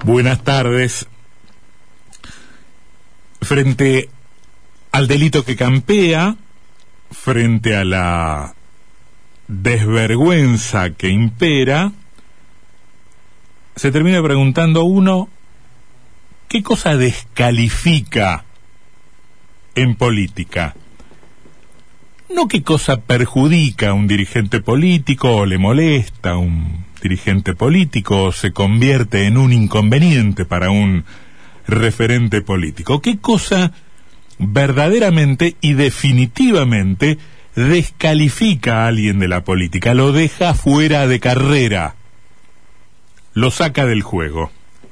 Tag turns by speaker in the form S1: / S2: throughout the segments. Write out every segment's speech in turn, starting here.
S1: Buenas tardes. Frente al delito que campea, frente a la desvergüenza que impera, se termina preguntando uno, ¿qué cosa descalifica en política? No qué cosa perjudica a un dirigente político o le molesta a un dirigente político o se convierte en un inconveniente para un referente político. ¿Qué cosa verdaderamente y definitivamente descalifica a alguien de la política? Lo deja fuera de carrera, lo saca del juego.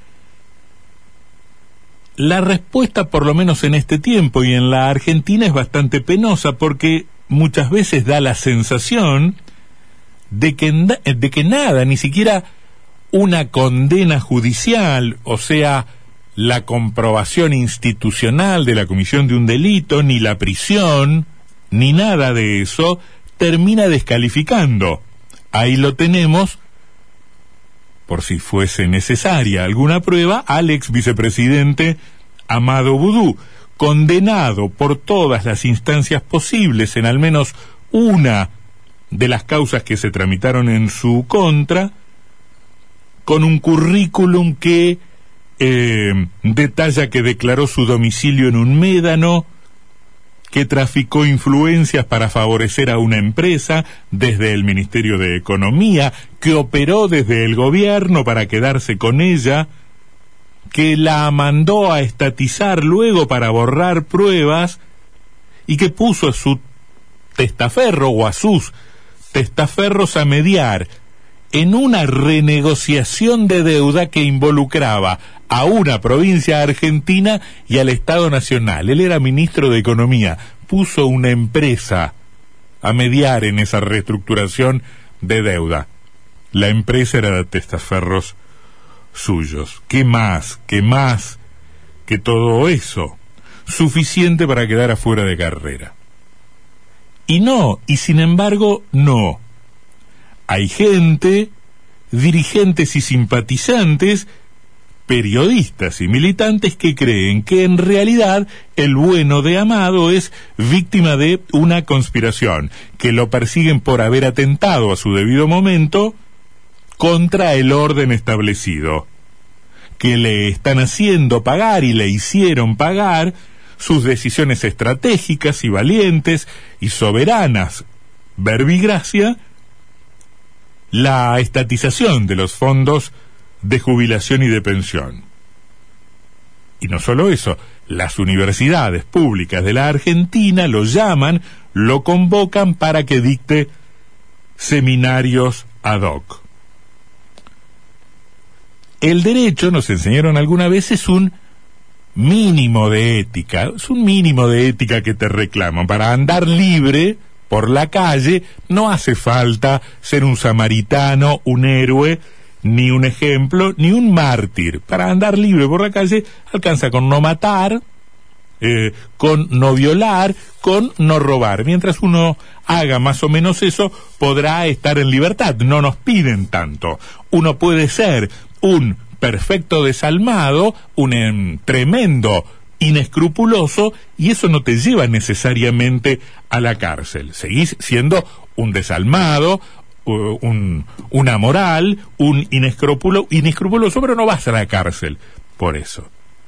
S1: La respuesta, por lo menos en este tiempo y en la Argentina, es bastante penosa porque muchas veces da la sensación de que nada, ni siquiera una condena judicial, o sea, la comprobación institucional de la comisión de un delito, ni la prisión, ni nada de eso, termina descalificando. Ahí lo tenemos, por si fuese necesaria alguna prueba, al ex vicepresidente Amado Boudou, condenado por todas las instancias posibles en al menos una de las causas que se tramitaron en su contra, con un currículum que detalla que declaró su domicilio en un médano, que traficó influencias para favorecer a una empresa desde el Ministerio de Economía, que operó desde el gobierno para quedarse con ella, que la mandó a estatizar luego para borrar pruebas y que puso a su testaferro o a sus testaferros a mediar en una renegociación de deuda que involucraba a una provincia argentina y al Estado Nacional. Él era ministro de Economía, puso una empresa a mediar en esa reestructuración de deuda. La empresa era de testaferros suyos. ¿Qué más que todo eso? Suficiente para quedar afuera de carrera. Y sin embargo, no. Hay gente, dirigentes y simpatizantes, periodistas y militantes que creen que en realidad el bueno de Amado es víctima de una conspiración, que lo persiguen por haber atentado a su debido momento contra el orden establecido, que le están haciendo pagar y le hicieron pagar sus decisiones estratégicas y valientes y soberanas, verbigracia, la estatización de los fondos de jubilación y de pensión. Y no solo eso, las universidades públicas de la Argentina lo llaman, lo convocan para que dicte seminarios ad hoc. El derecho, nos enseñaron alguna vez, es un mínimo de ética, que te reclaman. Para andar libre por la calle no hace falta ser un samaritano, un héroe, ni un ejemplo, ni un mártir. Para andar libre por la calle alcanza con no matar, con no violar, con no robar. Mientras uno haga más o menos eso, podrá estar en libertad. No nos piden tanto. Uno puede ser un perfecto desalmado, un tremendo inescrupuloso, y eso no te lleva necesariamente a la cárcel. Seguís siendo un desalmado, un amoral, un inescrupuloso, pero no vas a la cárcel por eso.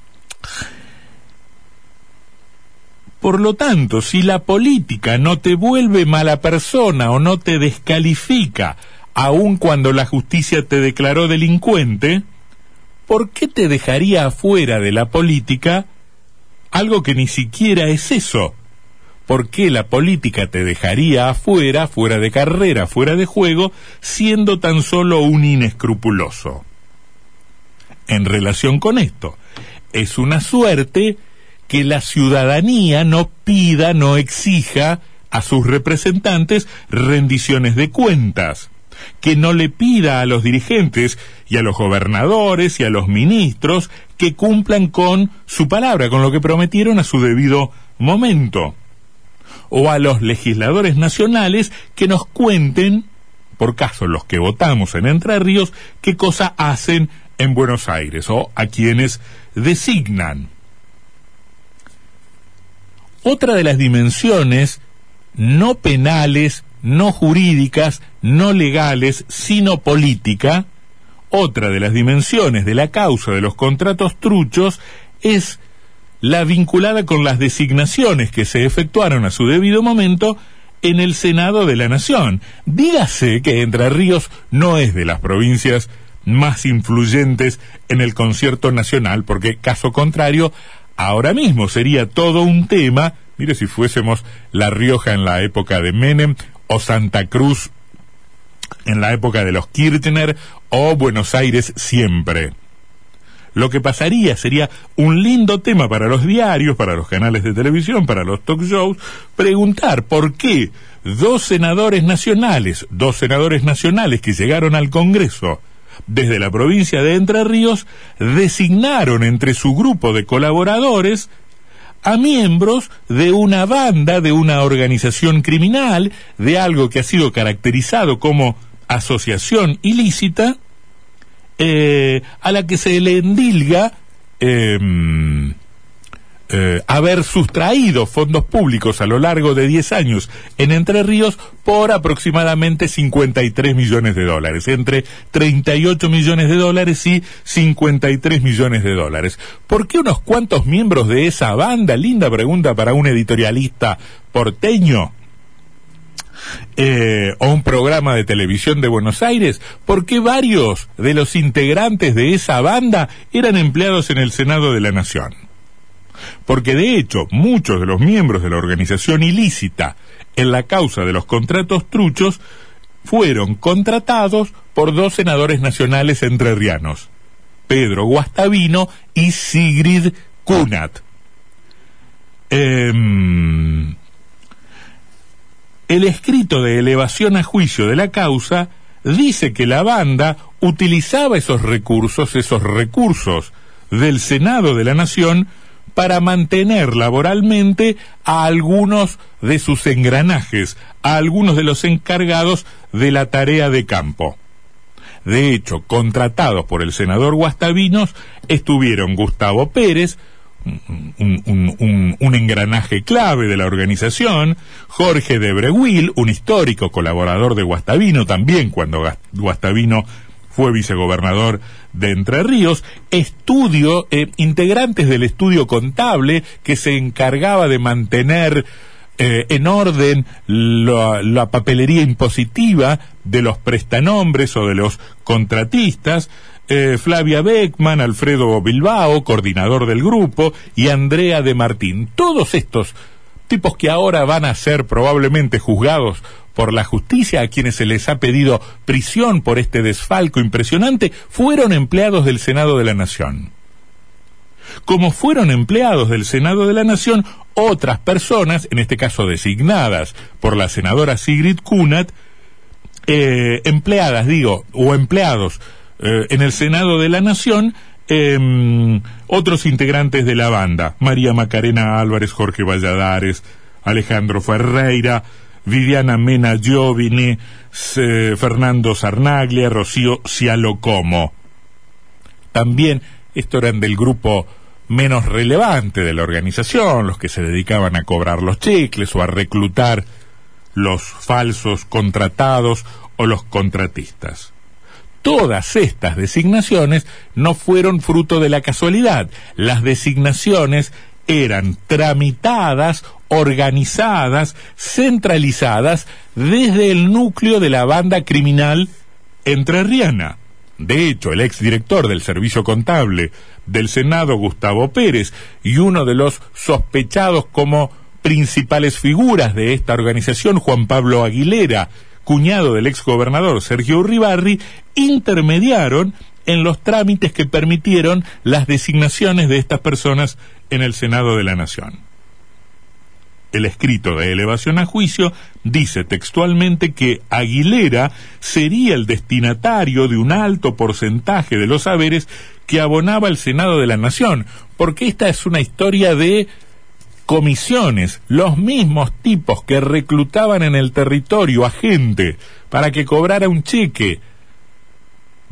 S1: Por lo tanto, si la política no te vuelve mala persona o no te descalifica, aun cuando la justicia te declaró delincuente, ¿por qué te dejaría afuera de la política algo que ni siquiera es eso? ¿Por qué la política te dejaría afuera, fuera de carrera, fuera de juego, siendo tan solo un inescrupuloso? En relación con esto, es una suerte que la ciudadanía no pida, no exija a sus representantes rendiciones de cuentas, que no le pida a los dirigentes y a los gobernadores y a los ministros que cumplan con su palabra, con lo que prometieron a su debido momento, o a los legisladores nacionales que nos cuenten, por caso los que votamos en Entre Ríos, qué cosa hacen en Buenos Aires, o a quienes designan. Otra de las dimensiones no penales, no jurídicas, no legales, sino política, otra de las dimensiones de la causa de los contratos truchos es la vinculada con las designaciones que se efectuaron a su debido momento en el Senado de la Nación. Dígase que Entre Ríos no es de las provincias más influyentes en el concierto nacional, porque caso contrario, ahora mismo sería todo un tema, mire si fuésemos La Rioja en la época de Menem, o Santa Cruz en la época de los Kirchner, o Buenos Aires siempre. Lo que pasaría sería un lindo tema para los diarios, para los canales de televisión, para los talk shows, preguntar por qué dos senadores nacionales que llegaron al Congreso desde la provincia de Entre Ríos, designaron entre su grupo de colaboradores a miembros de una banda, de una organización criminal, de algo que ha sido caracterizado como asociación ilícita, a la que se le endilga haber sustraído fondos públicos a lo largo de 10 años en Entre Ríos por aproximadamente 53 millones de dólares, entre 38 millones de dólares y 53 millones de dólares. ¿Por qué unos cuantos miembros de esa banda? Linda pregunta para un editorialista porteño. O un programa de televisión de Buenos Aires, porque varios de los integrantes de esa banda eran empleados en el Senado de la Nación. Porque de hecho, muchos de los miembros de la organización ilícita en la causa de los contratos truchos fueron contratados por dos senadores nacionales entrerrianos, Pedro Guastavino y Sigrid Kunat. El escrito de elevación a juicio de la causa dice que la banda utilizaba esos recursos del Senado de la Nación para mantener laboralmente a algunos de sus engranajes, a algunos de los encargados de la tarea de campo. De hecho, contratados por el senador Guastavinos estuvieron Gustavo Pérez, un engranaje clave de la organización, Jorge de Breuil, un histórico colaborador de Guastavino, también cuando Guastavino fue vicegobernador de Entre Ríos, integrantes del estudio contable que se encargaba de mantener en orden la papelería impositiva de los prestanombres o de los contratistas, Flavia Beckman, Alfredo Bilbao, coordinador del grupo, y Andrea de Martín. Todos estos tipos que ahora van a ser probablemente juzgados por la justicia, a quienes se les ha pedido prisión por este desfalco impresionante, fueron empleados del Senado de la Nación. Como fueron empleados del Senado de la Nación, otras personas, en este caso designadas por la senadora Sigrid Kunat, empleados en el Senado de la Nación, otros integrantes de la banda, María Macarena Álvarez, Jorge Valladares, Alejandro Ferreira, Viviana Mena Giovine, Fernando Sarnaglia, Rocío Cialocomo. También, estos eran del grupo menos relevante de la organización, los que se dedicaban a cobrar los chicles o a reclutar los falsos contratados o los contratistas. Todas estas designaciones no fueron fruto de la casualidad. Las designaciones eran tramitadas, organizadas, centralizadas desde el núcleo de la banda criminal entrerriana. De hecho, el exdirector del Servicio Contable del Senado, Gustavo Pérez, y uno de los sospechados como principales figuras de esta organización, Juan Pablo Aguilera, cuñado del exgobernador Sergio Uribarri, intermediaron en los trámites que permitieron las designaciones de estas personas en el Senado de la Nación. El escrito de elevación a juicio dice textualmente que Aguilera sería el destinatario de un alto porcentaje de los haberes que abonaba el Senado de la Nación, porque esta es una historia de comisiones. Los mismos tipos que reclutaban en el territorio a gente para que cobrara un cheque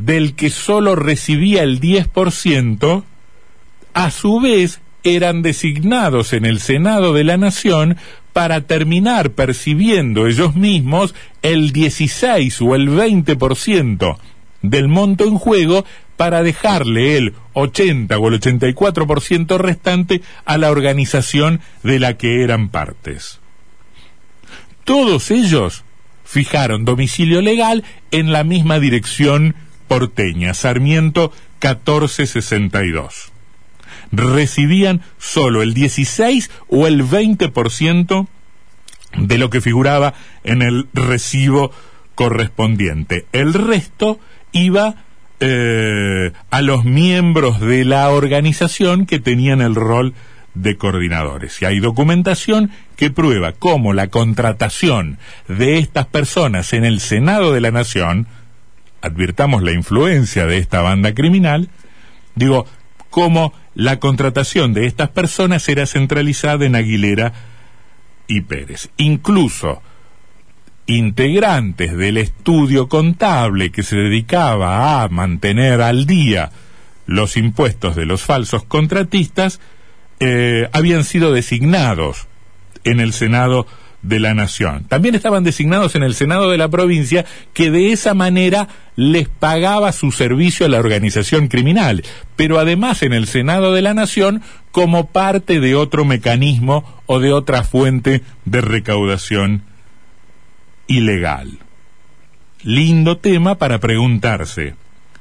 S1: del que solo recibía el 10%, a su vez eran designados en el Senado de la Nación para terminar percibiendo ellos mismos el 16 o el 20% del monto en juego, para dejarle el 80 o el 84% restante a la organización de la que eran partes. Todos ellos fijaron domicilio legal en la misma dirección porteña, Sarmiento 1462. Recibían solo el 16 o el 20% de lo que figuraba en el recibo correspondiente. El resto iba a los miembros de la organización que tenían el rol de coordinadores. Y hay documentación que prueba cómo la contratación de estas personas en el Senado de la Nación, advirtamos la influencia de esta banda criminal, cómo la contratación de estas personas era centralizada en Aguilera y Pérez. Incluso integrantes del estudio contable que se dedicaba a mantener al día los impuestos de los falsos contratistas habían sido designados en el Senado de la Nación. También estaban designados en el Senado de la provincia, que de esa manera les pagaba su servicio a la organización criminal, pero además en el Senado de la Nación como parte de otro mecanismo o de otra fuente de recaudación ilegal. Lindo tema para preguntarse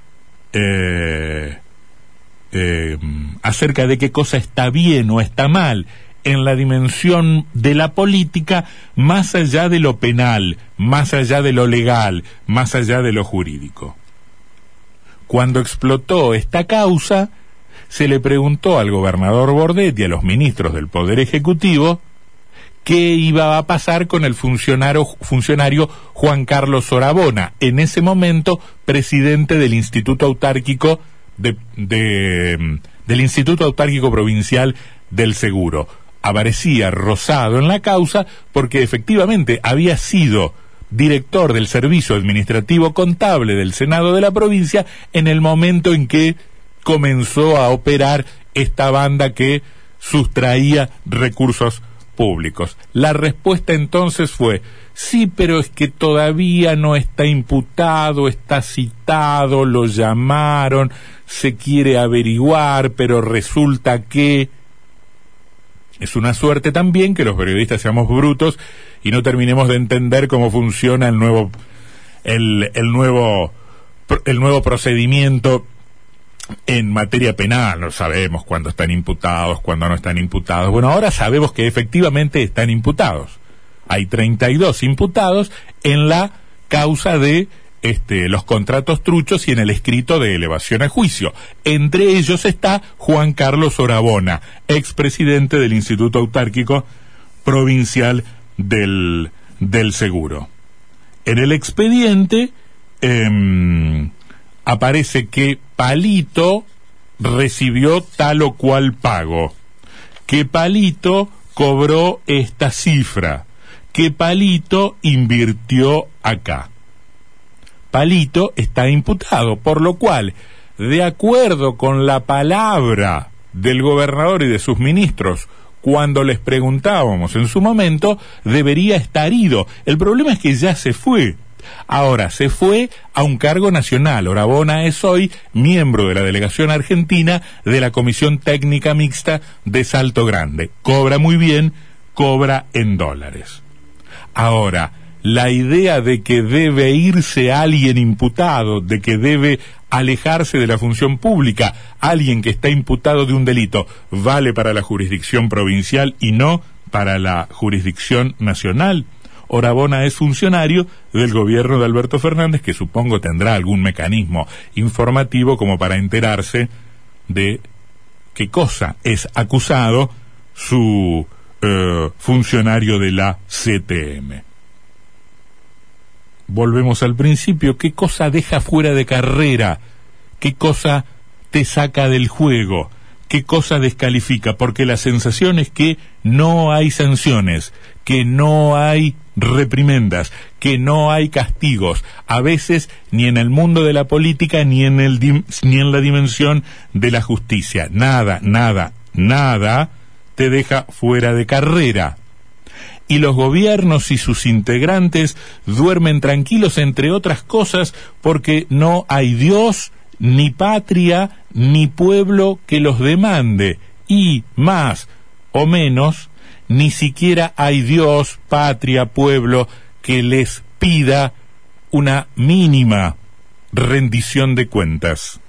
S1: acerca de qué cosa está bien o está mal en la dimensión de la política, más allá de lo penal, más allá de lo legal, más allá de lo jurídico. Cuando explotó esta causa, se le preguntó al gobernador Bordet y a los ministros del Poder Ejecutivo qué iba a pasar con el funcionario Juan Carlos Sorabona, en ese momento presidente del Instituto Autárquico del Instituto Autárquico Provincial del Seguro. Aparecía rosado en la causa porque efectivamente había sido director del Servicio Administrativo Contable del Senado de la provincia en el momento en que comenzó a operar esta banda que sustraía recursos públicos. La respuesta entonces fue: sí, pero es que todavía no está imputado, está citado, lo llamaron, se quiere averiguar, pero resulta que... Es una suerte también que los periodistas seamos brutos y no terminemos de entender cómo funciona el nuevo procedimiento en materia penal. No sabemos cuándo están imputados, cuándo no están imputados. Bueno, ahora sabemos que efectivamente están imputados. Hay 32 imputados en la causa de los contratos truchos y en el escrito de elevación a juicio. Entre ellos está Juan Carlos Sorabona, expresidente del Instituto Autárquico Provincial del Seguro. En el expediente aparece que Palito recibió tal o cual pago, que Palito cobró esta cifra, que Palito invirtió acá. Palito está imputado, por lo cual, de acuerdo con la palabra del gobernador y de sus ministros, cuando les preguntábamos en su momento, debería estar ido. El problema es que ya se fue. Ahora, se fue a un cargo nacional. Sorabona es hoy miembro de la delegación argentina de la Comisión Técnica Mixta de Salto Grande. Cobra muy bien, cobra en dólares. Ahora, la idea de que debe irse alguien imputado, de que debe alejarse de la función pública alguien que está imputado de un delito, vale para la jurisdicción provincial y no para la jurisdicción nacional. Sorabona es funcionario del gobierno de Alberto Fernández, que supongo tendrá algún mecanismo informativo como para enterarse de qué cosa es acusado su funcionario de la CTM. Volvemos al principio: ¿qué cosa deja fuera de carrera? ¿Qué cosa te saca del juego? ¿Qué cosa descalifica? Porque la sensación es que no hay sanciones, que no hay reprimendas, que no hay castigos, a veces ni en el mundo de la política ni en la dimensión de la justicia. Nada te deja fuera de carrera. Y los gobiernos y sus integrantes duermen tranquilos, entre otras cosas, porque no hay Dios, ni patria, ni pueblo que los demande. Y más o menos, ni siquiera hay Dios, patria, pueblo que les pida una mínima rendición de cuentas.